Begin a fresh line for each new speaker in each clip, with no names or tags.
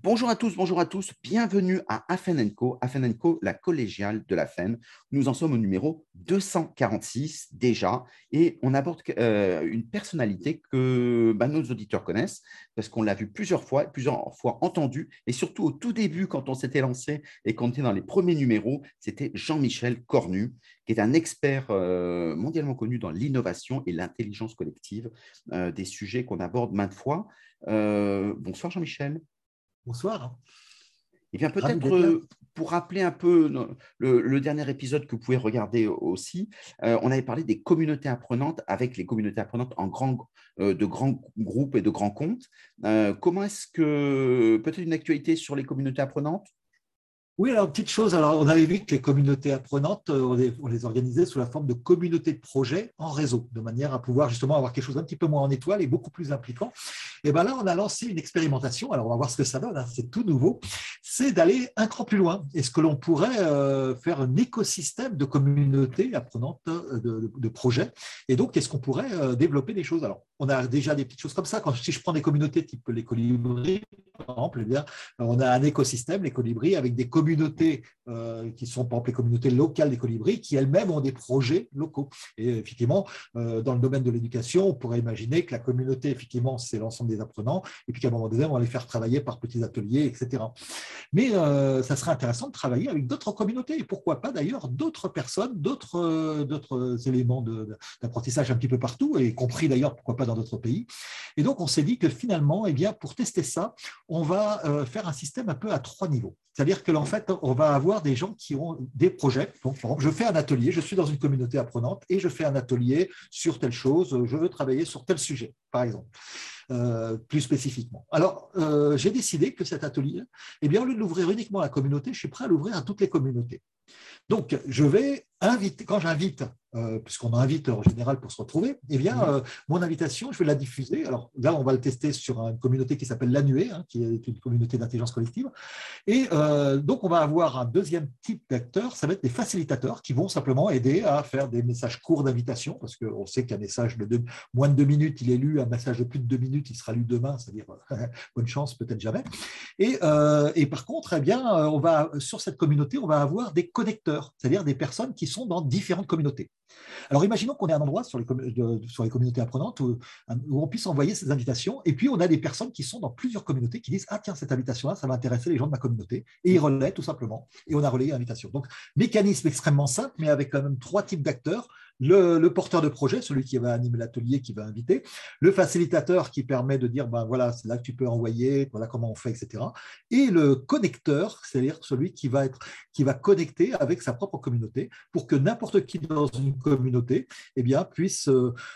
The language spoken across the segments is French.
Bonjour à tous, bienvenue à Afen Co, la collégiale de la FEN. Nous en sommes au numéro 246 déjà et on aborde une personnalité que nos auditeurs connaissent parce qu'on l'a vu plusieurs fois entendu et surtout au tout début quand on s'était lancé et qu'on était dans les premiers numéros, c'était Jean-Michel Cornu qui est un expert mondialement connu dans l'innovation et l'intelligence collective, des sujets qu'on aborde maintes fois. Bonsoir Jean-Michel.
Bonsoir.
Eh bien,
Ravi
peut-être
d'être là.
pour rappeler un peu le dernier épisode que vous pouvez regarder aussi, on avait parlé des communautés apprenantes avec les communautés apprenantes de grands groupes et de grands comptes. Comment est-ce que, peut-être une actualité sur les communautés apprenantes?
Oui, alors, petite chose, alors, on avait vu que les communautés apprenantes, on les organisait sous la forme de communautés de projets en réseau, de manière à pouvoir justement avoir quelque chose un petit peu moins en étoile et beaucoup plus impliquant. Et bien là, on a lancé une expérimentation, alors on va voir ce que ça donne, hein, c'est tout nouveau, c'est d'aller un cran plus loin. Est-ce que l'on pourrait faire un écosystème de communautés apprenantes de projets? Et donc, est-ce qu'on pourrait développer des choses? Alors, on a déjà des petites choses comme ça. Si je prends des communautés type les colibris, par exemple, eh bien, on a un écosystème, les colibris, avec des communautés qui sont, par exemple, les communautés locales des colibris, qui elles-mêmes ont des projets locaux. Et effectivement, dans le domaine de l'éducation, on pourrait imaginer que la communauté, effectivement, c'est l'ensemble des apprenants, et puis qu'à un moment donné, on va les faire travailler par petits ateliers, etc. Mais ça serait intéressant de travailler avec d'autres communautés, et pourquoi pas d'ailleurs d'autres personnes, d'autres éléments d'apprentissage un petit peu partout, et y compris d'ailleurs, pourquoi pas dans d'autres pays. Et donc, on s'est dit que finalement, eh bien, pour tester ça, on va faire un système un peu à 3 niveaux. C'est-à-dire que en fait, on va avoir des gens qui ont des projets. Donc, par exemple, je fais un atelier, je suis dans une communauté apprenante et je fais un atelier sur telle chose, je veux travailler sur tel sujet, par exemple. Plus spécifiquement. Alors, j'ai décidé que cet atelier, eh bien, au lieu de l'ouvrir uniquement à la communauté, je suis prêt à l'ouvrir à toutes les communautés. Donc, je vais inviter, quand j'invite, puisqu'on invite en général pour se retrouver, eh bien, mon invitation, je vais la diffuser. Alors là, on va le tester sur une communauté qui s'appelle l'Annuée, hein, qui est une communauté d'intelligence collective. Et donc, on va avoir un deuxième type d'acteurs, ça va être des facilitateurs qui vont simplement aider à faire des messages courts d'invitation, parce qu'on sait qu'un message de moins de 2 minutes, il est lu, un message de plus de 2 minutes, il sera lu demain, c'est-à-dire bonne chance, peut-être jamais. Et par contre, eh bien, sur cette communauté, on va avoir des connecteurs, c'est-à-dire des personnes qui sont dans différentes communautés. Alors, imaginons qu'on ait un endroit sur les communautés apprenantes où on puisse envoyer ces invitations, et puis on a des personnes qui sont dans plusieurs communautés qui disent « Ah tiens, cette invitation-là, ça va intéresser les gens de ma communauté », et ils relaient tout simplement, et on a relayé l'invitation. Donc, mécanisme extrêmement simple, mais avec quand même 3 types d'acteurs. Le porteur de projet, celui qui va animer l'atelier, qui va inviter, le facilitateur qui permet de dire, ben voilà, c'est là que tu peux envoyer, voilà comment on fait, etc. Et le connecteur, c'est-à-dire celui qui va connecter avec sa propre communauté pour que n'importe qui dans une communauté eh bien, puisse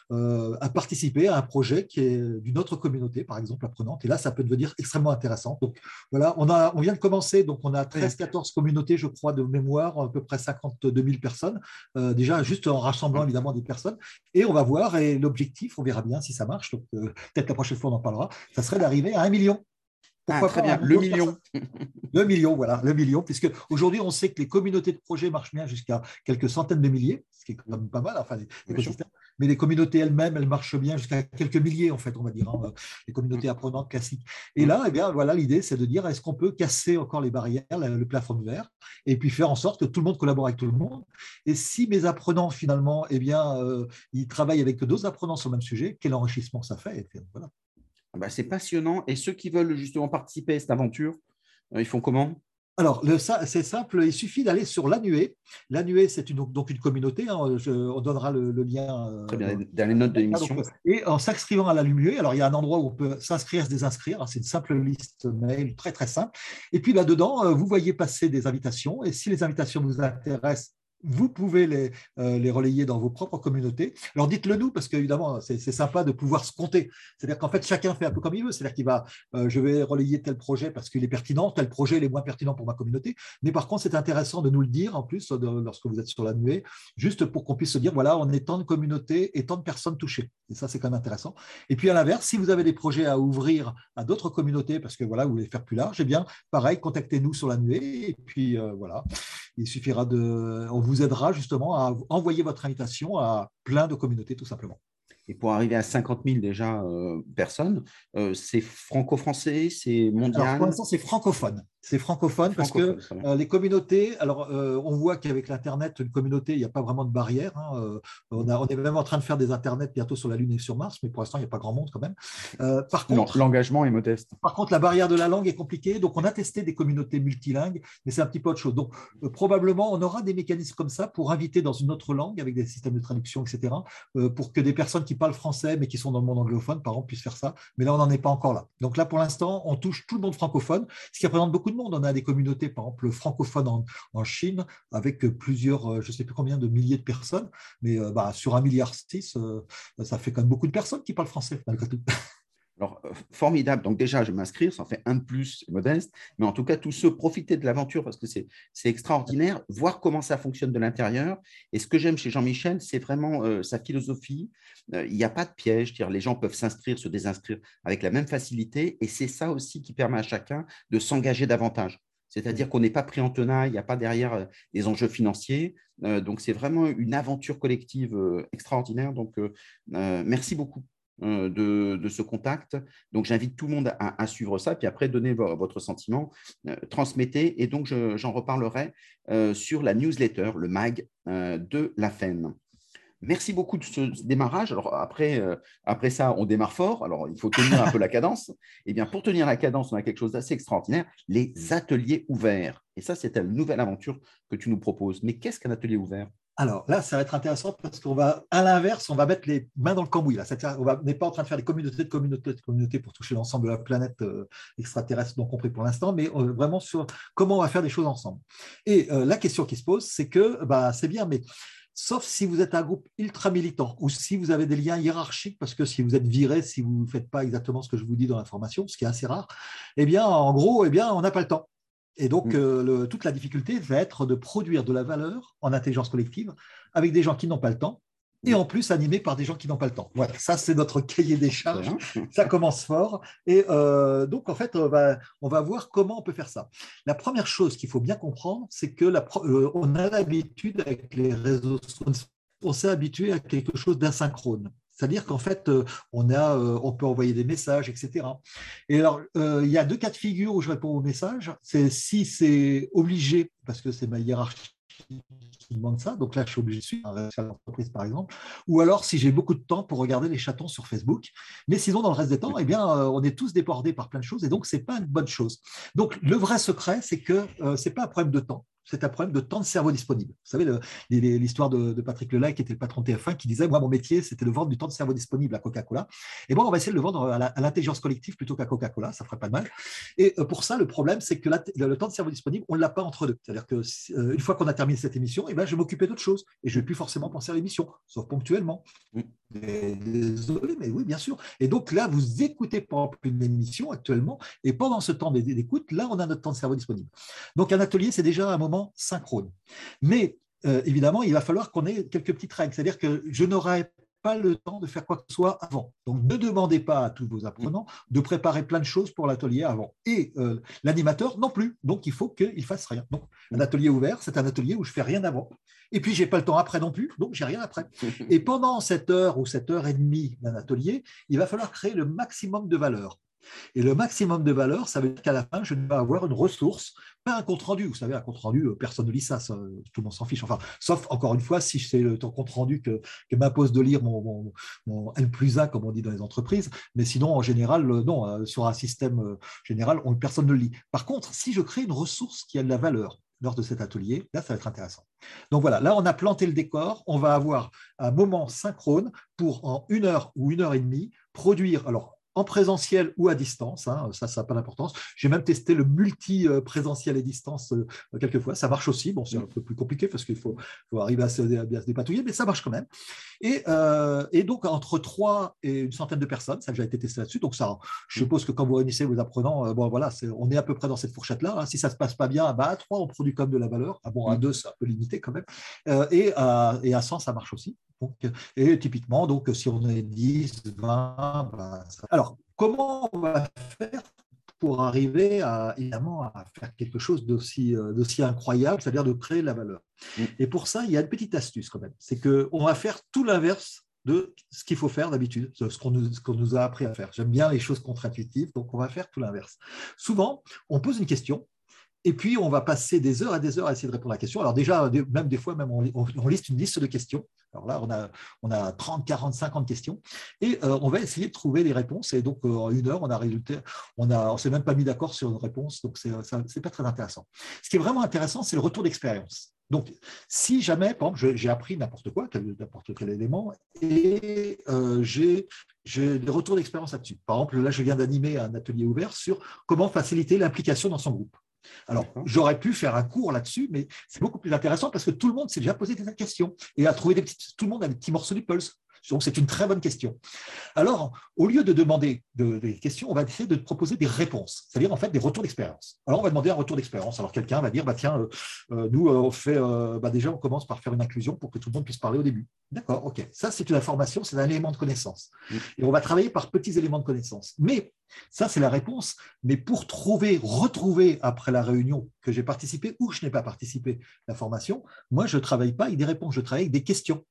participer à un projet qui est d'une autre communauté, par exemple apprenante. Et là, ça peut devenir extrêmement intéressant. Donc voilà, on vient de commencer, donc on a 13-14 communautés, je crois, de mémoire, à peu près 52 000 personnes, déjà juste en rassemblant évidemment des personnes, et on va voir, et l'objectif, on verra bien si ça marche, donc peut-être la prochaine fois on en parlera, ça serait d'arriver à 1 million.
Pourquoi très bien, le million.
Le million, voilà, le million, puisque aujourd'hui on sait que les communautés de projets marchent bien jusqu'à quelques centaines de milliers, ce qui est quand même pas mal, enfin, mais les communautés elles-mêmes, elles marchent bien jusqu'à quelques milliers, en fait, on va dire, hein, les communautés apprenantes classiques. Et là, eh bien, voilà, l'idée, c'est de dire, est-ce qu'on peut casser encore les barrières, le plafond de verre, et puis faire en sorte que tout le monde collabore avec tout le monde. Et si mes apprenants, finalement, eh bien, ils travaillent avec d'autres apprenants sur le même sujet, quel enrichissement ça fait, et puis, voilà.
C'est passionnant. Et ceux qui veulent justement participer à cette aventure, ils font comment?
Alors, c'est simple, il suffit d'aller sur l'Annuée. L'Annuée, c'est donc une communauté, hein, on donnera le lien.
Très bien, dans les notes de l'émission.
Et en s'inscrivant à l'Annuée, alors il y a un endroit où on peut s'inscrire, se désinscrire, hein, c'est une simple liste mail, très très simple. Et puis là-dedans, vous voyez passer des invitations, et si les invitations vous intéressent, vous pouvez les relayer dans vos propres communautés. Alors dites-le nous, parce qu'évidemment, c'est sympa de pouvoir se compter. C'est-à-dire qu'en fait, chacun fait un peu comme il veut. C'est-à-dire qu'il va, je vais relayer tel projet parce qu'il est pertinent, tel projet il est moins pertinent pour ma communauté. Mais par contre, c'est intéressant de nous le dire en plus lorsque vous êtes sur la nuée, juste pour qu'on puisse se dire, voilà, on est tant de communautés et tant de personnes touchées. Et ça, c'est quand même intéressant. Et puis à l'inverse, si vous avez des projets à ouvrir à d'autres communautés, parce que voilà, vous voulez faire plus large, eh bien, pareil, contactez-nous sur la nuée. Et puis voilà, il suffira on vous aidera justement à envoyer votre invitation à plein de communautés, tout simplement.
Et pour arriver à 50 000 déjà personnes, c'est franco-français, c'est
Alors, pour
mondial,
l'instant, c'est francophone. C'est francophone parce que
francophone. Très bien.
les communautés, alors on voit qu'avec l'Internet, une communauté, il n'y a pas vraiment de barrière, hein. On est même en train de faire des Internets bientôt sur la Lune et sur Mars, mais pour l'instant, il n'y a pas grand monde quand même. Par contre,
L'engagement est modeste.
la barrière de la langue est compliquée. Donc, on a testé des communautés multilingues, mais c'est un petit peu autre chose. Donc, probablement, on aura des mécanismes comme ça pour inviter dans une autre langue avec des systèmes de traduction, etc., pour que des personnes qui parlent français, mais qui sont dans le monde anglophone, par exemple, puissent faire ça. Mais là, on n'en est pas encore là. Donc là, pour l'instant, on touche tout le monde francophone, ce qui représente beaucoup de monde. On a des communautés, par exemple, francophones en Chine, avec plusieurs, je ne sais plus combien de milliers de personnes, mais sur 1,6 milliard, ça fait quand même beaucoup de personnes qui parlent français, malgré tout.
Alors, formidable. Donc, déjà, je vais m'inscrire, ça en fait un de plus, c'est modeste. Mais en tout cas, tous ceux, profiter de l'aventure parce que c'est extraordinaire, voir comment ça fonctionne de l'intérieur. Et ce que j'aime chez Jean-Michel, c'est vraiment sa philosophie. Il n'y a pas de piège. Les gens peuvent s'inscrire, se désinscrire avec la même facilité. Et c'est ça aussi qui permet à chacun de s'engager davantage. C'est-à-dire qu'on n'est pas pris en tenaille, il n'y a pas derrière des enjeux financiers. Donc, c'est vraiment une aventure collective extraordinaire. Donc, merci beaucoup de ce contact. Donc, j'invite tout le monde à suivre ça, puis après, donnez votre sentiment, transmettez, et donc, j'en reparlerai sur la newsletter, le mag de la FEN. Merci beaucoup de ce démarrage. Alors, après ça, on démarre fort. Alors, il faut tenir un peu la cadence. Eh bien, pour tenir la cadence, on a quelque chose d'assez extraordinaire, les ateliers ouverts. Et ça, c'est une nouvelle aventure que tu nous proposes. Mais qu'est-ce qu'un atelier ouvert?
Alors là, ça va être intéressant parce qu'on va, à l'inverse, on va mettre les mains dans le cambouis. Là. On n'est pas en train de faire des communautés pour toucher l'ensemble de la planète extraterrestre, non compris pour l'instant, mais vraiment sur comment on va faire des choses ensemble. Et la question qui se pose, c'est que c'est bien, mais sauf si vous êtes un groupe ultra militant ou si vous avez des liens hiérarchiques, parce que si vous êtes viré, si vous ne faites pas exactement ce que je vous dis dans l'information, ce qui est assez rare, eh bien, en gros, on n'a pas le temps. Et donc, toute la difficulté va être de produire de la valeur en intelligence collective avec des gens qui n'ont pas le temps et en plus animés par des gens qui n'ont pas le temps. Voilà, ça, c'est notre cahier des charges. Ça commence fort. Et donc, en fait, on va voir comment on peut faire ça. La première chose qu'il faut bien comprendre, c'est que on a l'habitude avec les réseaux sociaux, on s'est habitué à quelque chose d'asynchrone. C'est-à-dire qu'en fait, on peut envoyer des messages, etc. Et alors, il y a deux cas de figure où je réponds aux messages. C'est si c'est obligé, parce que c'est ma hiérarchie qui demande ça, donc là, je suis obligé de suivre à l'entreprise, par exemple, ou alors si j'ai beaucoup de temps pour regarder les chatons sur Facebook. Mais sinon, dans le reste des temps, on est tous débordés par plein de choses, et donc, ce n'est pas une bonne chose. Donc, le vrai secret, c'est que ce n'est pas un problème de temps. C'est un problème de temps de cerveau disponible. Vous savez, l'histoire de Patrick Lelay, qui était le patron de TF1, qui disait, moi, mon métier, c'était de vendre du temps de cerveau disponible à Coca-Cola. Et bon, on va essayer de le vendre à l'intelligence collective plutôt qu'à Coca-Cola, ça ferait pas de mal. Et pour ça, le problème, c'est que le temps de cerveau disponible, on ne l'a pas entre deux. C'est-à-dire qu'une fois qu'on a terminé cette émission, je vais m'occuper d'autre chose. Et je ne vais plus forcément penser à l'émission, sauf ponctuellement. Désolé, mais oui, bien sûr. Et donc là, vous écoutez par exemple une émission actuellement, et pendant ce temps d'écoute, là, on a notre temps de cerveau disponible. Donc, un atelier, c'est déjà un moment synchrone. Mais évidemment, il va falloir qu'on ait quelques petites règles. C'est-à-dire que je n'aurai pas le temps de faire quoi que ce soit avant. Donc, ne demandez pas à tous vos apprenants de préparer plein de choses pour l'atelier avant. Et l'animateur non plus. Donc, il faut qu'il ne fasse rien. Donc, un atelier ouvert, c'est un atelier où je ne fais rien avant. Et puis, je n'ai pas le temps après non plus, donc je n'ai rien après. Et pendant cette heure ou cette heure et demie d'un atelier, il va falloir créer le maximum de valeur. Et le maximum de valeur, ça veut dire qu'à la fin, je vais avoir une ressource, pas un compte-rendu. Vous savez, un compte-rendu, personne ne lit ça, tout le monde s'en fiche. Enfin, sauf, encore une fois, si c'est le compte-rendu que m'impose de lire mon N+1, comme on dit dans les entreprises. Mais sinon, en général, non, sur un système général, personne ne le lit. Par contre, si je crée une ressource qui a de la valeur lors de cet atelier, là, ça va être intéressant. Donc voilà, là, on a planté le décor. On va avoir un moment synchrone pour, en 1 heure ou 1 heure et demie, produire, alors, en présentiel ou à distance, ça n'a pas d'importance. J'ai même testé le multi-présentiel et distance quelques fois. Ça marche aussi. Bon, c'est un peu plus compliqué parce qu'il faut arriver à se dépatouiller, mais ça marche quand même. Et donc, entre 3 et une centaine de personnes, ça a déjà été testé là-dessus. Donc, ça, je suppose que quand vous réunissez vos apprenants, on est à peu près dans cette fourchette-là. Si ça ne se passe pas bien, à 3, on produit quand même de la valeur. À 2, c'est un peu limité quand même. Et à 100, ça marche aussi. Donc, et typiquement, donc, si on est 10, 20, alors, comment on va faire pour arriver évidemment, à faire quelque chose d'aussi incroyable, c'est-à-dire de créer de la valeur? Et pour ça, il y a une petite astuce quand même, c'est qu'on va faire tout l'inverse de ce qu'il faut faire d'habitude, ce qu'on nous a appris à faire. J'aime bien les choses contre-intuitives, donc on va faire tout l'inverse. Souvent, on pose une question, et puis on va passer des heures et des heures à essayer de répondre à la question. Alors déjà, même des fois, même on liste une liste de questions. Alors là, on a 30, 40, 50 questions, et on va essayer de trouver les réponses. Et donc, en une heure, on ne s'est même pas mis d'accord sur une réponse, donc c'est pas très intéressant. Ce qui est vraiment intéressant, c'est le retour d'expérience. Donc, si jamais, par exemple, j'ai appris n'importe quoi, n'importe quel élément, et j'ai des retours d'expérience là-dessus. Par exemple, là, je viens d'animer un atelier ouvert sur comment faciliter l'implication dans son groupe. Alors, j'aurais pu faire un cours là-dessus, mais c'est beaucoup plus intéressant parce que tout le monde s'est déjà posé des questions et a trouvé tout le monde a des petits morceaux du puzzle. Donc, c'est une très bonne question. Alors, au lieu de demander des questions, on va essayer de proposer des réponses, c'est-à-dire en fait des retours d'expérience. Alors, on va demander un retour d'expérience. Alors, quelqu'un va dire, tiens, nous, on fait, déjà, on commence par faire une inclusion pour que tout le monde puisse parler au début. D'accord, ok. Ça, c'est une information, c'est un élément de connaissance. Et on va travailler par petits éléments de connaissance. Mais ça, c'est la réponse. Mais pour retrouver après la réunion que j'ai participé ou que je n'ai pas participé la formation, moi, je ne travaille pas avec des réponses, je travaille avec des questions.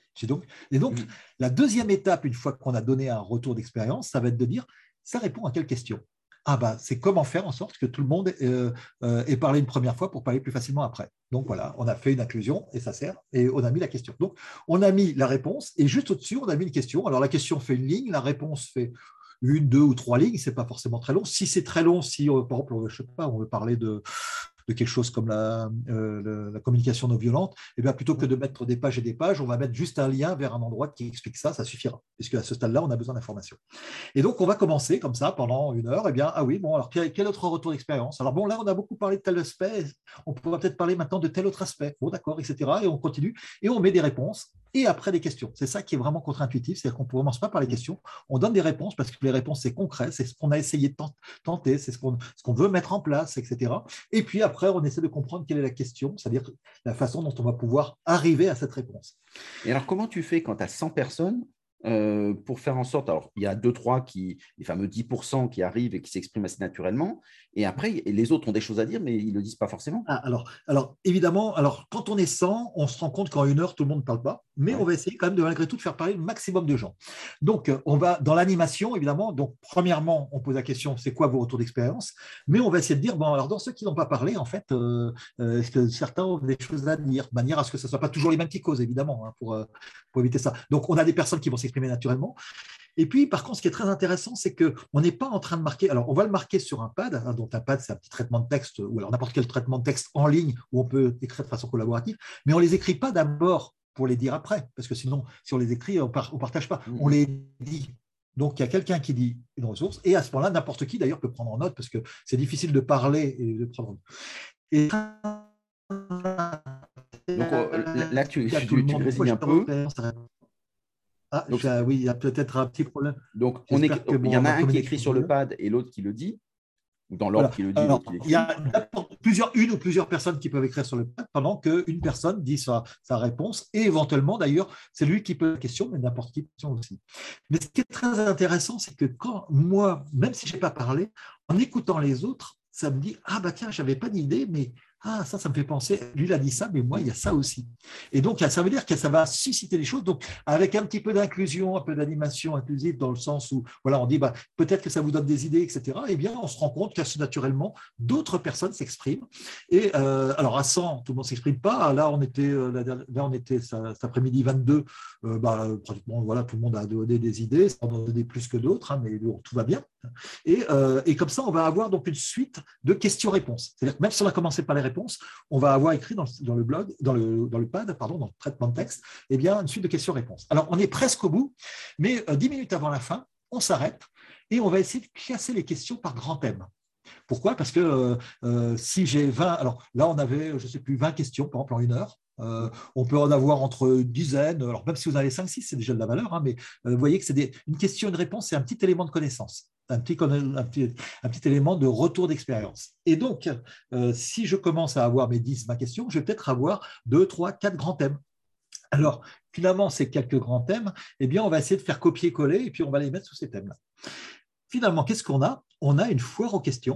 La deuxième étape, une fois qu'on a donné un retour d'expérience, ça va être de dire, ça répond à quelle question? C'est comment faire en sorte que tout le monde ait parlé une première fois pour parler plus facilement après. Donc voilà, on a fait une inclusion et ça sert, et on a mis la question. Donc, on a mis la réponse et juste au-dessus, on a mis une question. Alors, la question fait une ligne, la réponse fait une, deux ou trois lignes, ce n'est pas forcément très long. Si c'est très long, si par exemple, je sais pas, on veut parler de quelque chose comme la communication non violente, et bien plutôt que de mettre des pages et des pages, on va mettre juste un lien vers un endroit qui explique ça, ça suffira, puisque à ce stade-là, on a besoin d'informations. Et donc, on va commencer comme ça pendant une heure. Et bien, alors quel autre retour d'expérience? Alors bon, là, on a beaucoup parlé de tel aspect, on pourra peut-être parler maintenant de tel autre aspect. Bon, d'accord, etc. Et on continue, et on met des réponses, et après des questions. C'est ça qui est vraiment contre-intuitif, c'est-à-dire qu'on ne commence pas par les questions, on donne des réponses, parce que les réponses, c'est concret, c'est ce qu'on a essayé de tenter, c'est ce qu'on veut mettre en place, etc. Et puis après, on essaie de comprendre quelle est la question, c'est-à-dire la façon dont on va pouvoir arriver à cette réponse.
Et alors, comment tu fais quand tu as 100 personnes pour faire en sorte, alors il y a 2-3 les fameux 10% qui arrivent et qui s'expriment assez naturellement, et après, les autres ont des choses à dire, mais ils ne le disent pas forcément.
Alors, évidemment, quand on est 100, on se rend compte qu'en une heure, tout le monde ne parle pas, mais on va essayer quand même de malgré tout de faire parler le maximum de gens. Donc, on va dans l'animation, évidemment, donc premièrement, on pose la question, c'est quoi vos retours d'expérience? Mais on va essayer de dire, alors dans ceux qui n'ont pas parlé, en fait, est-ce que certains ont des choses à dire, de manière à ce que ce ne soit pas toujours les mêmes qui causent, évidemment, pour éviter ça. Donc, on a des personnes qui vont s'exprimer naturellement. Et puis, par contre, ce qui est très intéressant, c'est qu'on n'est pas en train de marquer. Alors, on va le marquer sur un pad. Donc, un pad, c'est un petit traitement de texte, ou alors n'importe quel traitement de texte en ligne où on peut écrire de façon collaborative, mais on ne les écrit pas d'abord pour les dire après, parce que sinon, si on les écrit, on ne partage pas. On les dit. Donc, il y a quelqu'un qui dit une ressource, et à ce moment-là, n'importe qui, d'ailleurs, peut prendre en note, parce que c'est difficile de parler et de prendre en note. Et
donc, là, tu grésilles un peu.
Donc, oui, il y a peut-être un petit problème.
Donc, il y en a un qui écrit sur le pad et l'autre qui le dit, ou dans l'ordre qui le dit, l'autre qui l'écrit.
Il y a une ou plusieurs personnes qui peuvent écrire sur le pad pendant qu'une personne dit sa réponse, et éventuellement, d'ailleurs, c'est lui qui pose la question, mais n'importe qui aussi. Mais ce qui est très intéressant, c'est que quand moi, même si je n'ai pas parlé, en écoutant les autres, ça me dit, tiens, je n'avais pas d'idée, mais ça me fait penser, lui il a dit ça, mais moi il y a ça aussi. Et donc ça veut dire que ça va susciter des choses, donc avec un petit peu d'inclusion, un peu d'animation inclusive, dans le sens où on dit peut-être que ça vous donne des idées, etc. Eh bien on se rend compte qu'assez naturellement d'autres personnes s'expriment. Et alors à 100, tout le monde ne s'exprime pas. Là on était cet après-midi 22, pratiquement tout le monde a donné des idées, ça en a donné plus que d'autres, mais tout va bien. Et comme ça on va avoir donc une suite de questions-réponses. C'est-à-dire que même si on a commencé par les réponses, on va avoir écrit dans le blog, dans le pad, dans le traitement de texte, une suite de questions-réponses. Alors, on est presque au bout, mais 10 minutes avant la fin, on s'arrête et on va essayer de classer les questions par grand thème. Pourquoi? Parce que si j'ai 20, alors là, on avait, je ne sais plus, 20 questions, par exemple, en une heure. On peut en avoir entre une dizaine, alors même si vous en avez 5-6, c'est déjà de la valeur, mais vous voyez que c'est une question, une réponse, c'est un petit élément de connaissance. Un petit élément de retour d'expérience. Et donc, si je commence à avoir mes 10-20 questions, je vais peut-être avoir 2, 3, 4 grands thèmes. Alors, finalement, ces quelques grands thèmes, on va essayer de faire copier-coller et puis on va les mettre sous ces thèmes-là. Finalement, qu'est-ce qu'on a? On a une foire aux questions.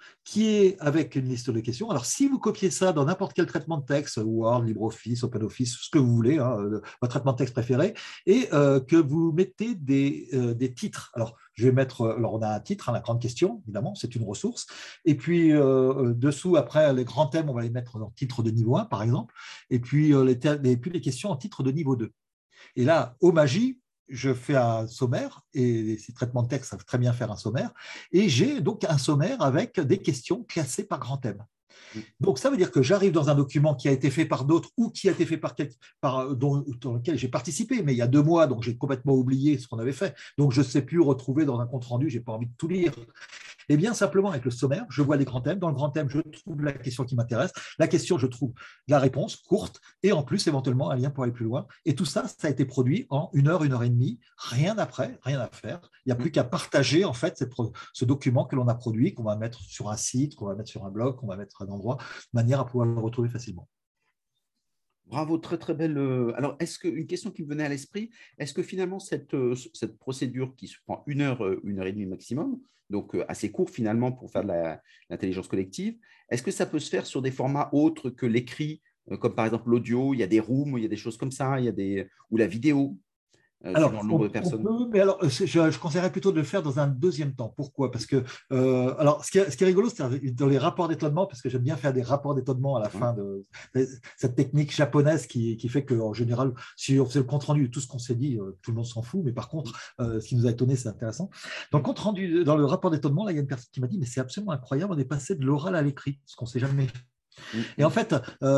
qui est avec une liste de questions. Alors, si vous copiez ça dans n'importe quel traitement de texte, Word, LibreOffice, OpenOffice, ce que vous voulez, hein, votre traitement de texte préféré, et que vous mettez des titres. Alors, je vais mettre, alors on a un titre, hein, la grande question, évidemment, c'est une ressource. Et puis, dessous, après, les grands thèmes, on va les mettre en titre de niveau 1, par exemple. Et puis, les questions en titre de niveau 2. Et là, au Magie, je fais un sommaire, et ces traitements de texte savent très bien faire un sommaire, et j'ai donc un sommaire avec des questions classées par grand thème. Donc, ça veut dire que j'arrive dans un document qui a été fait par d'autres ou qui a été fait dans lequel j'ai participé, mais il y a 2 mois, donc j'ai complètement oublié ce qu'on avait fait. Donc, je ne sais plus retrouver dans un compte-rendu, je n'ai pas envie de tout lire. Eh bien, simplement avec le sommaire, je vois les grands thèmes. Dans le grand thème, je trouve la question qui m'intéresse. La question, je trouve la réponse courte et en plus, éventuellement, un lien pour aller plus loin. Et tout ça, ça a été produit en 1 heure et demie. Rien après, rien à faire. Il n'y a plus qu'à partager, en fait, ce document que l'on a produit, qu'on va mettre sur un site, qu'on va mettre sur un blog, qu'on va mettre à un endroit, de manière à pouvoir le retrouver facilement.
Bravo, très très belle. Alors, une question qui me venait à l'esprit, est-ce que finalement cette procédure qui se prend 1 heure et demie maximum, donc assez court finalement pour faire de l'intelligence collective, est-ce que ça peut se faire sur des formats autres que l'écrit, comme par exemple l'audio, il y a des rooms, il y a des choses comme ça, ou la vidéo,
Alors,
suivant le nombre de personnes?
peut, mais alors, je conseillerais plutôt de le faire dans un deuxième temps. Pourquoi? Parce que, alors, ce qui est rigolo, c'est dans les rapports d'étonnement, parce que j'aime bien faire des rapports d'étonnement à la fin de cette technique japonaise qui fait qu'en général, si on fait le compte-rendu de tout ce qu'on s'est dit, tout le monde s'en fout, mais par contre, ce qui nous a étonné, c'est intéressant. Dans le compte-rendu, dans le rapport d'étonnement, là, il y a une personne qui m'a dit, mais c'est absolument incroyable, on est passé de l'oral à l'écrit, ce qu'on ne s'est jamais fait. Et en fait,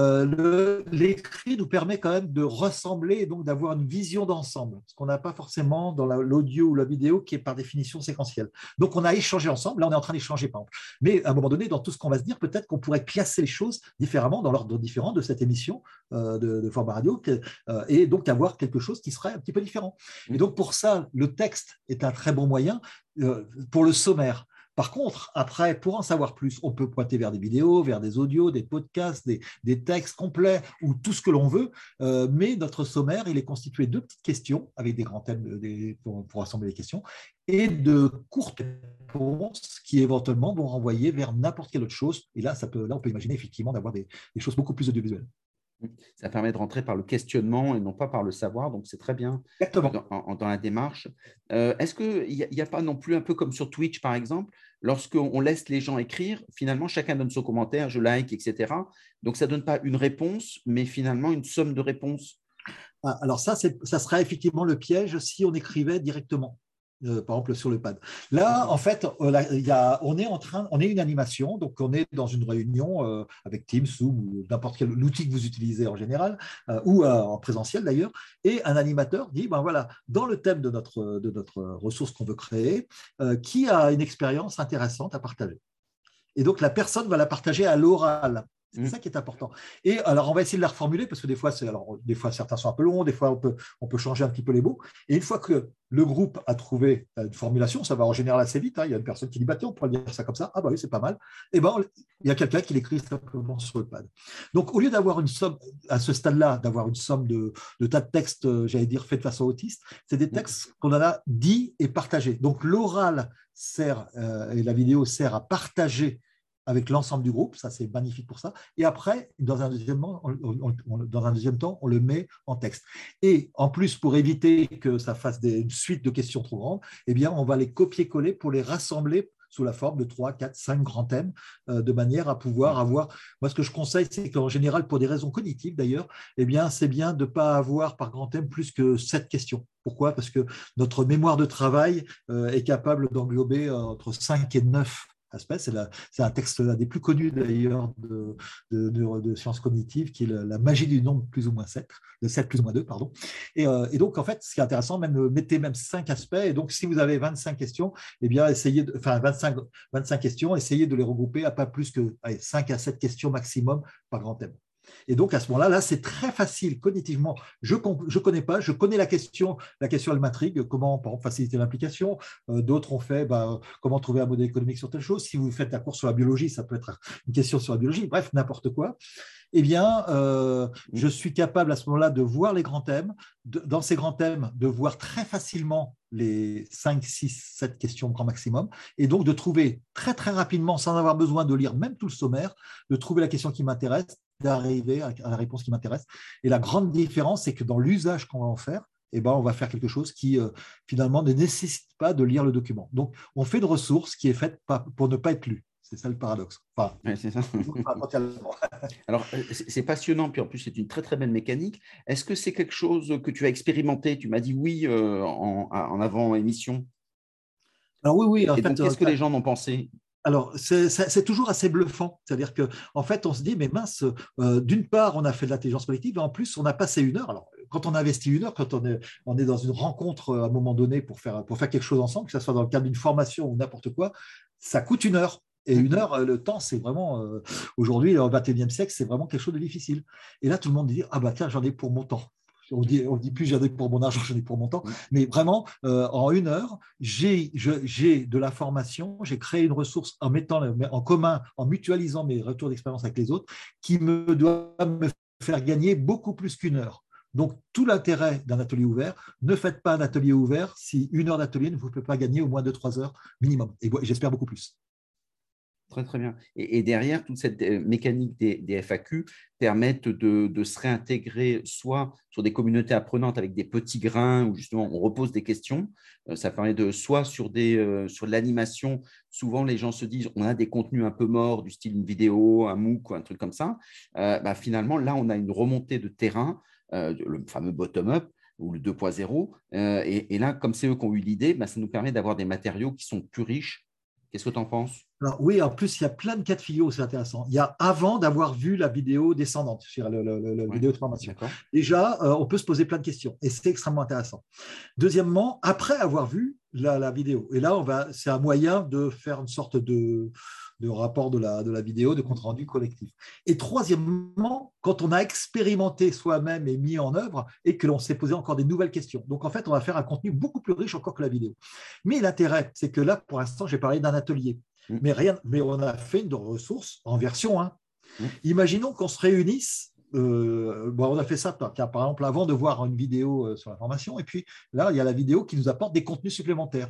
l'écrit nous permet quand même de ressembler et donc d'avoir une vision d'ensemble, ce qu'on n'a pas forcément dans l'audio ou la vidéo qui est par définition séquentielle. Donc, on a échangé ensemble. Là, on est en train d'échanger, par exemple. Mais à un moment donné, dans tout ce qu'on va se dire, peut-être qu'on pourrait classer les choses différemment dans l'ordre différent de cette émission de format radio et donc avoir quelque chose qui serait un petit peu différent. Et donc, pour ça, le texte est un très bon moyen pour le sommaire. Par contre, après, pour en savoir plus, on peut pointer vers des vidéos, vers des audios, des podcasts, des textes complets ou tout ce que l'on veut. Mais notre sommaire, il est constitué de petites questions avec des grands thèmes pour assembler les questions et de courtes réponses qui éventuellement vont renvoyer vers n'importe quelle autre chose. Et là, on peut imaginer effectivement d'avoir des choses beaucoup plus audiovisuelles.
Ça permet de rentrer par le questionnement et non pas par le savoir, donc c'est très bien dans la démarche. Est-ce qu'il n'y a pas non plus un peu comme sur Twitch, par exemple, lorsqu'on laisse les gens écrire, finalement, chacun donne son commentaire, je like, etc. Donc, ça ne donne pas une réponse, mais finalement une somme de réponses.
Alors ça serait effectivement le piège si on écrivait directement. Par exemple sur le pad. Là, en fait, on est une animation, donc on est dans une réunion avec Teams, Zoom ou n'importe quel outil que vous utilisez en général, ou en présentiel d'ailleurs, et un animateur dit, ben voilà, dans le thème de notre ressource qu'on veut créer, qui a une expérience intéressante à partager. Et donc la personne va la partager à l'oral. C'est ça qui est important. Et alors, on va essayer de la reformuler parce que des fois, certains sont un peu longs, des fois, on peut changer un petit peu les mots. Et une fois que le groupe a trouvé une formulation, ça va en général assez vite. Il y a une personne qui dit, bah, tiens, on pourrait dire ça comme ça. Ah, bah oui, c'est pas mal. Et ben, il y a quelqu'un qui l'écrit simplement sur le pad. Donc, au lieu d'avoir une somme, à ce stade-là, d'avoir une somme de tas de textes, j'allais dire, faits de façon autiste, c'est des textes qu'on en a dit et partagés. Donc, l'oral sert, et la vidéo sert à partager avec l'ensemble du groupe, ça c'est magnifique pour ça. Et après, dans un deuxième temps, on le met en texte. Et en plus, pour éviter que ça fasse une suite de questions trop grandes, eh bien, on va les copier-coller pour les rassembler sous la forme de 3, 4, 5 grands thèmes, de manière à pouvoir avoir… Moi, ce que je conseille, c'est qu'en général, pour des raisons cognitives d'ailleurs, eh bien, c'est bien de ne pas avoir par grand thème plus que 7 questions. Pourquoi? Parce que notre mémoire de travail est capable d'englober entre 5 et 9 aspect. C'est un texte un des plus connus d'ailleurs de sciences cognitives, qui est la magie du nombre plus ou moins 7, de 7 plus ou moins 2, pardon. Et donc, en fait, ce qui est intéressant, mettez même 5 aspects. Et donc, si vous avez 25 questions, eh bien, 25 questions, essayez de les regrouper à pas plus que 5 à 7 questions maximum par grand thème. Et donc, à ce moment-là, là, c'est très facile cognitivement. Je connais pas, je connais la question, elle m'intrigue, comment, par exemple, faciliter l'implication. D'autres ont fait comment trouver un modèle économique sur telle chose. Si vous faites un cours sur la biologie, ça peut être une question sur la biologie. Bref, n'importe quoi. Eh bien, je suis capable à ce moment-là de voir les grands thèmes, dans ces grands thèmes, de voir très facilement les 5, 6, 7 questions grand maximum, et donc de trouver très, très rapidement, sans avoir besoin de lire même tout le sommaire, de trouver la question qui m'intéresse, d'arriver à la réponse qui m'intéresse. Et la grande différence, c'est que dans l'usage qu'on va en faire, eh ben, on va faire quelque chose qui, finalement, ne nécessite pas de lire le document. Donc, on fait une ressource qui est faite pour ne pas être lue. C'est ça le paradoxe. Enfin,
Ouais, c'est ça. Alors, c'est passionnant, puis en plus, c'est une très, très belle mécanique. Est-ce que c'est quelque chose que tu as expérimenté? Tu m'as dit oui en avant-émission.
Alors oui, oui, en
Et donc,
fait,
qu'est-ce que les gens en ont pensé?
alors, c'est toujours assez bluffant. C'est-à-dire qu'en fait, on se dit, mais mince, d'une part, on a fait de l'intelligence collective, et en plus, on a passé 1 heure. Alors, quand on investit 1 heure, quand on est dans une rencontre à un moment donné pour faire quelque chose ensemble, que ce soit dans le cadre d'une formation ou n'importe quoi, ça coûte 1 heure. Et 1 heure, le temps, c'est vraiment, aujourd'hui, au XXIe siècle, c'est vraiment quelque chose de difficile. Et là, tout le monde dit, ah bah tiens, j'en ai pour mon temps. On dit plus j'en ai pour mon argent, j'en ai pour mon temps. Mais vraiment, en 1 heure, j'ai de la formation, j'ai créé une ressource en mettant en commun, en mutualisant mes retours d'expérience avec les autres, qui doit me faire gagner beaucoup plus qu'1 heure. Donc, tout l'intérêt d'un atelier ouvert, ne faites pas un atelier ouvert si 1 heure d'atelier ne vous peut pas gagner au moins 2-3 heures minimum. Et j'espère beaucoup plus.
Très, très bien. Et derrière, toute cette mécanique des FAQ permettent de se réintégrer soit sur des communautés apprenantes avec des petits grains où justement on repose des questions. Ça permet soit sur de l'animation. Souvent, les gens se disent on a des contenus un peu morts du style une vidéo, un MOOC ou un truc comme ça. Finalement, là, on a une remontée de terrain, le fameux bottom-up ou le 2.0. Et là, comme c'est eux qui ont eu l'idée, ça nous permet d'avoir des matériaux qui sont plus riches. Qu'est-ce que tu en penses?
Alors, oui, en plus, il y a plein de cas de figure où c'est intéressant. Il y a avant d'avoir vu la vidéo descendante, c'est-à-dire la
Ouais,
vidéo de formation.
d'accord.
Déjà, on peut se poser plein de questions et c'est extrêmement intéressant. Deuxièmement, après avoir vu la vidéo, et là, c'est un moyen de faire une sorte de rapport de la vidéo, de compte rendu collectif. Et troisièmement, quand on a expérimenté soi-même et mis en œuvre et que l'on s'est posé encore des nouvelles questions. Donc, en fait, on va faire un contenu beaucoup plus riche encore que la vidéo. Mais l'intérêt, c'est que là, pour l'instant, j'ai parlé d'un atelier. Mais on a fait une ressource en version 1. Imaginons qu'on se réunisse. On a fait ça, par exemple, avant de voir une vidéo sur la formation. Et puis là, il y a la vidéo qui nous apporte des contenus supplémentaires.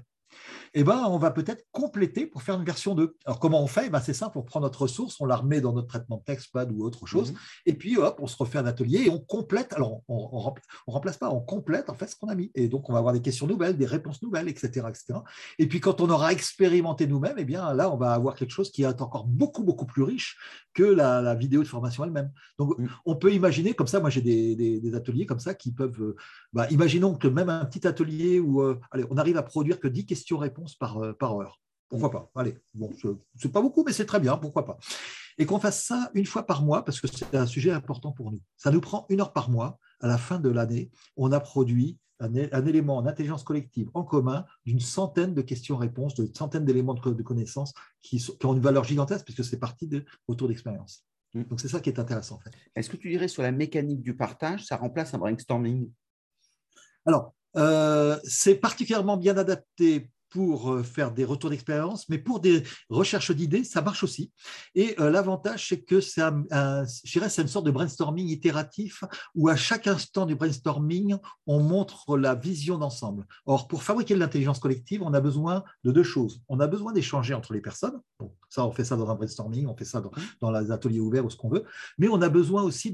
On va peut-être compléter pour faire une version 2. Alors, comment on fait? C'est simple, on prend notre ressource, on la remet dans notre traitement de texte, PAD ou autre chose, et puis hop, on se refait un atelier et on complète. Alors, on remplace pas, on complète en fait ce qu'on a mis. Et donc, on va avoir des questions nouvelles, des réponses nouvelles, etc., etc. Et puis, quand on aura expérimenté nous-mêmes, là, on va avoir quelque chose qui est encore beaucoup, beaucoup plus riche que la vidéo de formation elle-même. Donc, on peut imaginer, comme ça, moi, j'ai des ateliers comme ça qui peuvent… imaginons que même un petit atelier où on arrive à produire que 10 questions-réponses par heure. Pourquoi pas? Allez, bon, c'est pas beaucoup, mais c'est très bien, pourquoi pas? Et qu'on fasse ça une fois par mois, parce que c'est un sujet important pour nous. Ça nous prend 1 heure par mois. À la fin de l'année, on a produit un élément en intelligence collective en commun d'une centaine de questions-réponses, de centaines d'éléments de connaissances qui ont une valeur gigantesque, puisque c'est parti de retour d'expérience. Donc, c'est ça qui est intéressant, en fait.
Est-ce que tu dirais sur la mécanique du partage, ça remplace un brainstorming?
Alors, c'est particulièrement bien adapté pour faire des retours d'expérience, mais pour des recherches d'idées, ça marche aussi. Et l'avantage, c'est que c'est une sorte de brainstorming itératif où à chaque instant du brainstorming, on montre la vision d'ensemble. Or, pour fabriquer de l'intelligence collective, on a besoin de 2 choses. On a besoin d'échanger entre les personnes. Bon, ça, on fait ça dans un brainstorming, on fait ça dans les ateliers ouverts ou ce qu'on veut. Mais on a besoin aussi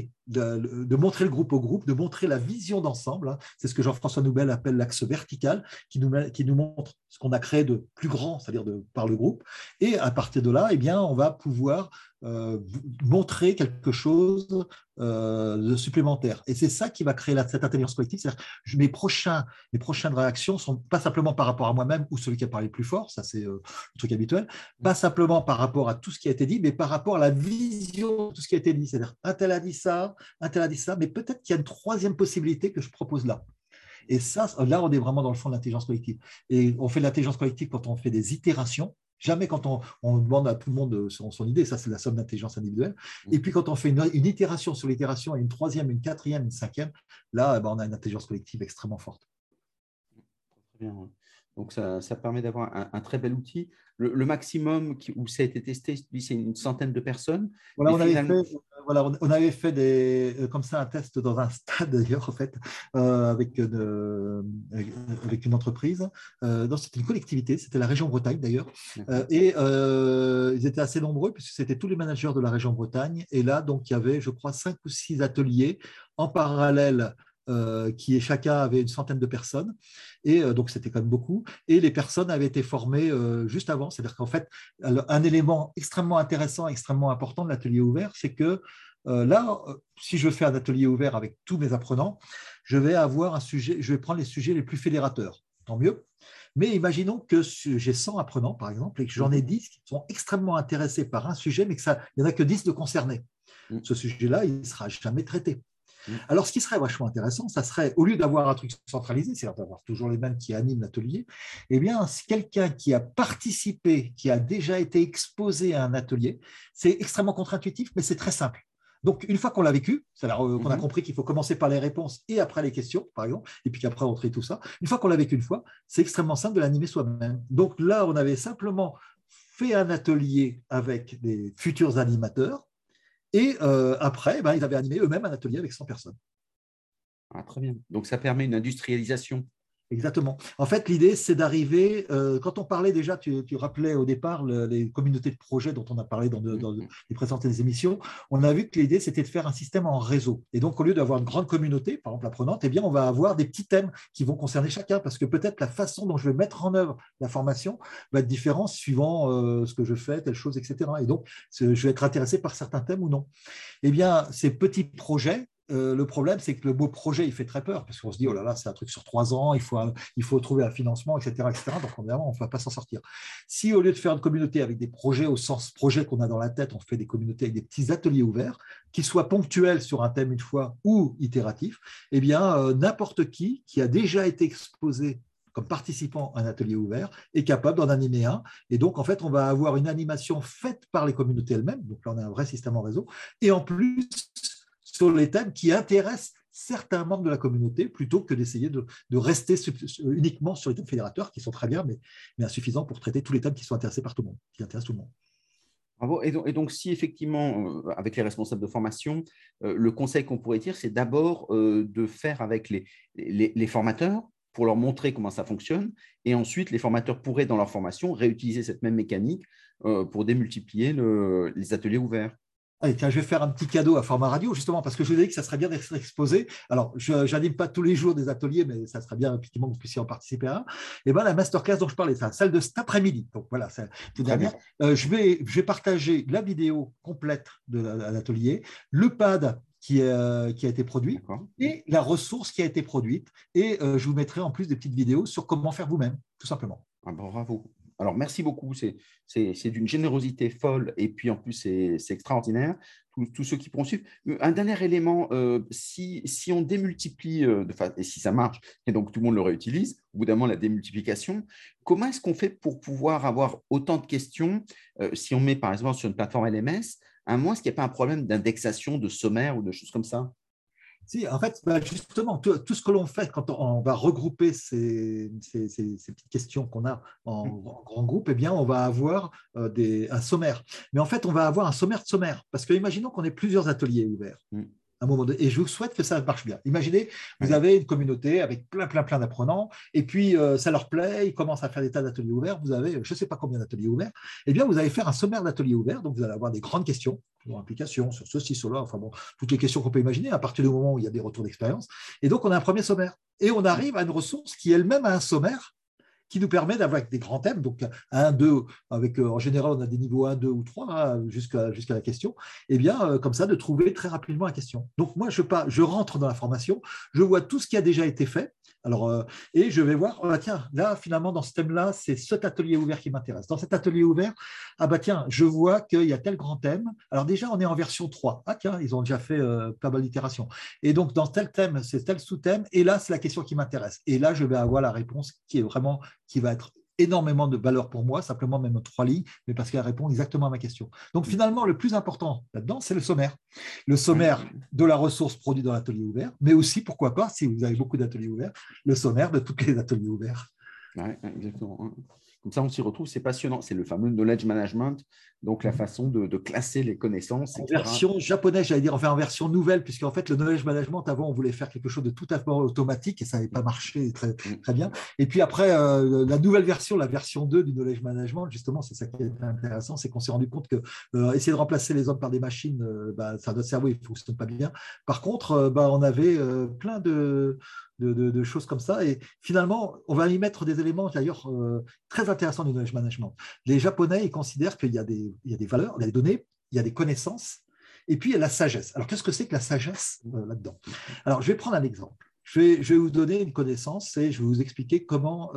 de montrer le groupe au groupe, de montrer la vision d'ensemble. C'est ce que Jean-François Noubel appelle l'axe vertical, qui nous montre ce qu'on a créé de plus grand, c'est-à-dire par le groupe. Et à partir de là, on va pouvoir montrer quelque chose de supplémentaire. Et c'est ça qui va créer cette intelligence collective. C'est-à-dire mes prochaines réactions ne sont pas simplement par rapport à moi-même ou celui qui a parlé le plus fort, ça c'est le truc habituel, pas simplement par rapport à tout ce qui a été dit, mais par rapport à la vision de tout ce qui a été dit. C'est-à-dire, un tel a dit ça, mais peut-être qu'il y a une troisième possibilité que je propose là. Et ça, là, on est vraiment dans le fond de l'intelligence collective. Et on fait de l'intelligence collective quand on fait des itérations. Jamais quand on demande à tout le monde son idée, ça c'est la somme d'intelligence individuelle. Et puis quand on fait une itération sur l'itération, et une troisième, une quatrième, une cinquième, là, on a une intelligence collective extrêmement forte.
Très bien. Donc, ça permet d'avoir un très bel outil. Le maximum où ça a été testé, c'est une centaine de personnes.
Voilà, on avait fait comme ça un test dans un stade d'ailleurs, en fait, avec une entreprise. C'était une collectivité, c'était la région Bretagne d'ailleurs. Et ils étaient assez nombreux puisque c'était tous les managers de la région Bretagne. Et là, donc, il y avait, je crois, 5 ou 6 ateliers en parallèle qui chacun avait une centaine de personnes, et donc c'était quand même beaucoup, et les personnes avaient été formées juste avant, c'est-à-dire qu'en fait, un élément extrêmement intéressant, extrêmement important de l'atelier ouvert, c'est que si je fais un atelier ouvert avec tous mes apprenants, je vais avoir un sujet, je vais prendre les sujets les plus fédérateurs, tant mieux. Mais imaginons que j'ai 100 apprenants, par exemple, et que j'en ai 10 qui sont extrêmement intéressés par un sujet, mais qu'il n'y en a que 10 de concernés. Ce sujet-là, il ne sera jamais traité. Alors, ce qui serait vachement intéressant, ça serait, au lieu d'avoir un truc centralisé, c'est-à-dire d'avoir toujours les mêmes qui animent l'atelier, eh bien, c'est quelqu'un qui a participé, qui a déjà été exposé à un atelier. C'est extrêmement contre-intuitif, mais c'est très simple. Donc, une fois qu'on l'a vécu, c'est-à-dire qu'on a compris qu'il faut commencer par les réponses et après les questions, par exemple, et puis qu'après on traite tout ça, une fois qu'on l'a vécu une fois, c'est extrêmement simple de l'animer soi-même. Donc là, on avait simplement fait un atelier avec des futurs animateurs, et après, ils avaient animé eux-mêmes un atelier avec 100 personnes.
Ah, très bien. Donc, ça permet une industrialisation.
Exactement. En fait, l'idée, c'est d'arriver, quand on parlait déjà, tu rappelais au départ les communautés de projets dont on a parlé dans les précédentes émissions, on a vu que l'idée, c'était de faire un système en réseau. Et donc, au lieu d'avoir une grande communauté, par exemple apprenante, eh bien, on va avoir des petits thèmes qui vont concerner chacun, parce que peut-être la façon dont je vais mettre en œuvre la formation va être différente suivant ce que je fais, telle chose, etc. Et donc, je vais être intéressé par certains thèmes ou non. Eh bien, ces petits projets, le problème, c'est que le mot projet, il fait très peur, parce qu'on se dit, oh là là, c'est un truc sur 3 ans, il faut trouver un financement, etc., etc. Donc, évidemment, on ne va pas s'en sortir. Si, au lieu de faire une communauté avec des projets au sens projet qu'on a dans la tête, on fait des communautés avec des petits ateliers ouverts, qui soient ponctuels sur un thème une fois ou itératifs, eh bien, n'importe qui a déjà été exposé comme participant à un atelier ouvert est capable d'en animer un. Et donc, en fait, on va avoir une animation faite par les communautés elles-mêmes. Donc là, on a un vrai système en réseau. Et en plus, sur les thèmes qui intéressent certains membres de la communauté, plutôt que d'essayer de rester uniquement sur les thèmes fédérateurs, qui sont très bien, mais insuffisants pour traiter tous les thèmes qui sont intéressés par tout le monde, qui intéressent tout le monde.
Bravo. Et donc, si effectivement, avec les responsables de formation, le conseil qu'on pourrait dire, c'est d'abord de faire avec les formateurs pour leur montrer comment ça fonctionne. Et ensuite, les formateurs pourraient, dans leur formation, réutiliser cette même mécanique pour démultiplier les ateliers ouverts.
Allez, tiens, je vais faire un petit cadeau à Format Radio, justement, parce que je vous ai dit que ça serait bien d'être exposé. Alors, je n'anime pas tous les jours des ateliers, mais ça serait bien, effectivement, que vous puissiez en participer à un. Et bien, la masterclass dont je parlais, c'est celle de cet après-midi. Donc, voilà, c'est tout dernière. Je vais partager la vidéo complète de l'atelier, le pad qui a été produit et la ressource qui a été produite. Et je vous mettrai en plus des petites vidéos sur comment faire vous-même, tout simplement.
Ah, bravo. Alors, merci beaucoup. C'est d'une générosité folle et puis en plus, c'est extraordinaire. Tous ceux qui pourront suivre. Un dernier élément, si on démultiplie, et si ça marche, et donc tout le monde le réutilise, au bout d'un moment, la démultiplication, comment est-ce qu'on fait pour pouvoir avoir autant de questions si on met par exemple sur une plateforme LMS, à moins qu'il n'y ait pas un problème d'indexation, de sommaire ou de choses comme ça?
Si, en fait, justement, tout ce que l'on fait quand on va regrouper ces petites questions qu'on a en grand groupe, eh bien, on va avoir un sommaire. Mais en fait, on va avoir un sommaire de sommaire. Parce que imaginons qu'on ait plusieurs ateliers ouverts. À un moment donné, et je vous souhaite que ça marche bien. Imaginez, vous avez une communauté avec plein d'apprenants, et puis ça leur plaît, ils commencent à faire des tas d'ateliers ouverts, vous avez je ne sais pas combien d'ateliers ouverts, eh bien vous allez faire un sommaire d'ateliers ouverts, donc vous allez avoir des grandes questions sur l'implication, sur ceci, sur là, enfin bon, toutes les questions qu'on peut imaginer à partir du moment où il y a des retours d'expérience, et donc on a un premier sommaire, et on arrive à une ressource qui elle-même a un sommaire, qui nous permet d'avoir des grands thèmes, donc 1, 2, avec en général on a des niveaux 1, 2 ou 3 hein, jusqu'à la question, et bien comme ça de trouver très rapidement la question. Donc moi je rentre dans la formation, je vois tout ce qui a déjà été fait, alors, et je vais voir, tiens, là finalement dans ce thème-là, c'est cet atelier ouvert qui m'intéresse. Dans cet atelier ouvert, tiens, je vois qu'il y a tel grand thème, alors déjà on est en version 3, tiens, ils ont déjà fait pas mal d'itérations, et donc dans tel thème, c'est tel sous-thème, et là c'est la question qui m'intéresse, et là je vais avoir la réponse qui va être énormément de valeur pour moi, simplement même en 3 lignes, mais parce qu'elle répond exactement à ma question. Donc finalement, le plus important là-dedans, c'est le sommaire. Le
Ouais,
sommaire de la ressource produite dans l'atelier ouvert, mais aussi, pourquoi pas, si vous avez beaucoup d'ateliers ouverts, le sommaire de tous les ateliers ouverts.
ouais, exactement. Comme ça, on s'y retrouve, c'est passionnant. C'est le fameux knowledge management, donc la façon de classer les connaissances,
En
etc.
version japonaise, j'allais dire, enfin en version nouvelle, puisqu'en fait, le knowledge management, avant, on voulait faire quelque chose de tout à fait automatique et ça n'avait pas marché très,
Mm.
très bien. Et puis après, la nouvelle version, la version 2 du knowledge management, justement, c'est ça qui est intéressant, c'est qu'on s'est rendu compte que essayer de remplacer les hommes par des machines, ça, notre cerveau, il ne fonctionne pas bien. Par contre, on avait plein de choses comme ça. Et finalement, on va y mettre des éléments d'ailleurs très intéressants du knowledge management. Les Japonais, ils considèrent qu'il y a des valeurs, il y a des données, il y a des connaissances, et puis il y a la sagesse. Alors, qu'est-ce que c'est que la sagesse là-dedans? Alors, je vais prendre un exemple. Je vais vous donner une connaissance et je vais vous expliquer comment,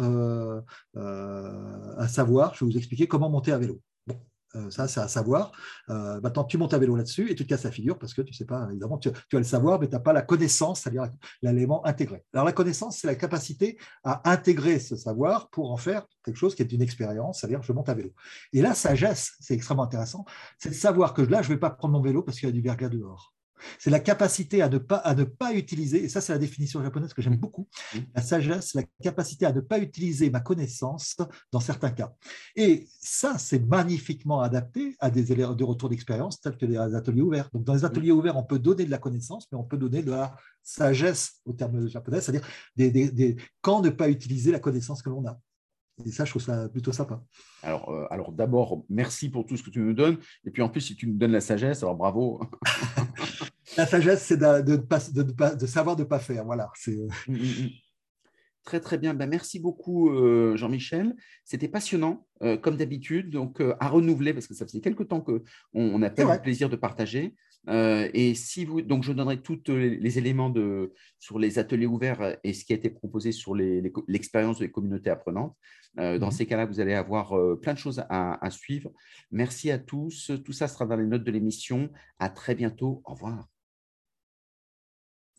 un savoir, je vais vous expliquer comment monter à vélo. Bon, ça, c'est à savoir. Maintenant, tu montes à vélo là-dessus et tu te casses la figure parce que tu ne sais pas, évidemment, tu as le savoir, mais tu n'as pas la connaissance, c'est-à-dire l'élément intégré. Alors, la connaissance, c'est la capacité à intégrer ce savoir pour en faire quelque chose qui est une expérience, c'est-à-dire je monte à vélo. Et la sagesse, c'est extrêmement intéressant, c'est de savoir que là, je ne vais pas prendre mon vélo parce qu'il y a du verglas dehors. C'est la capacité à ne pas utiliser, et ça c'est la définition japonaise que j'aime
Mm.
beaucoup,
Mm.
la sagesse, c'est la capacité à ne pas utiliser ma connaissance dans certains cas. Et ça, c'est magnifiquement adapté à des de retour d'expérience tels que les ateliers ouverts. Donc dans les
Mm.
ateliers ouverts, on peut donner de la connaissance, mais on peut donner de la sagesse au terme japonais, c'est-à-dire quand ne pas utiliser la connaissance que l'on a. Et ça, je trouve ça plutôt sympa.
Alors d'abord, merci pour tout ce que tu nous donnes. Et puis en plus, si tu nous donnes la sagesse, alors bravo.
La sagesse, c'est de savoir ne pas faire. Voilà.
Mm, mm, mm. Très, très bien. Ben, merci beaucoup, Jean-Michel. C'était passionnant, comme d'habitude. Donc, à renouveler, parce que ça faisait quelques temps qu'on n'a pas
C'est
eu le
vrai.
plaisir de partager. Et si vous, donc, je donnerai tous les éléments sur les ateliers ouverts et ce qui a été proposé sur l'expérience des communautés apprenantes. Dans
Mhm.
ces cas-là, vous allez avoir plein de choses à suivre. Merci à tous. Tout ça sera dans les notes de l'émission. À très bientôt. Au revoir.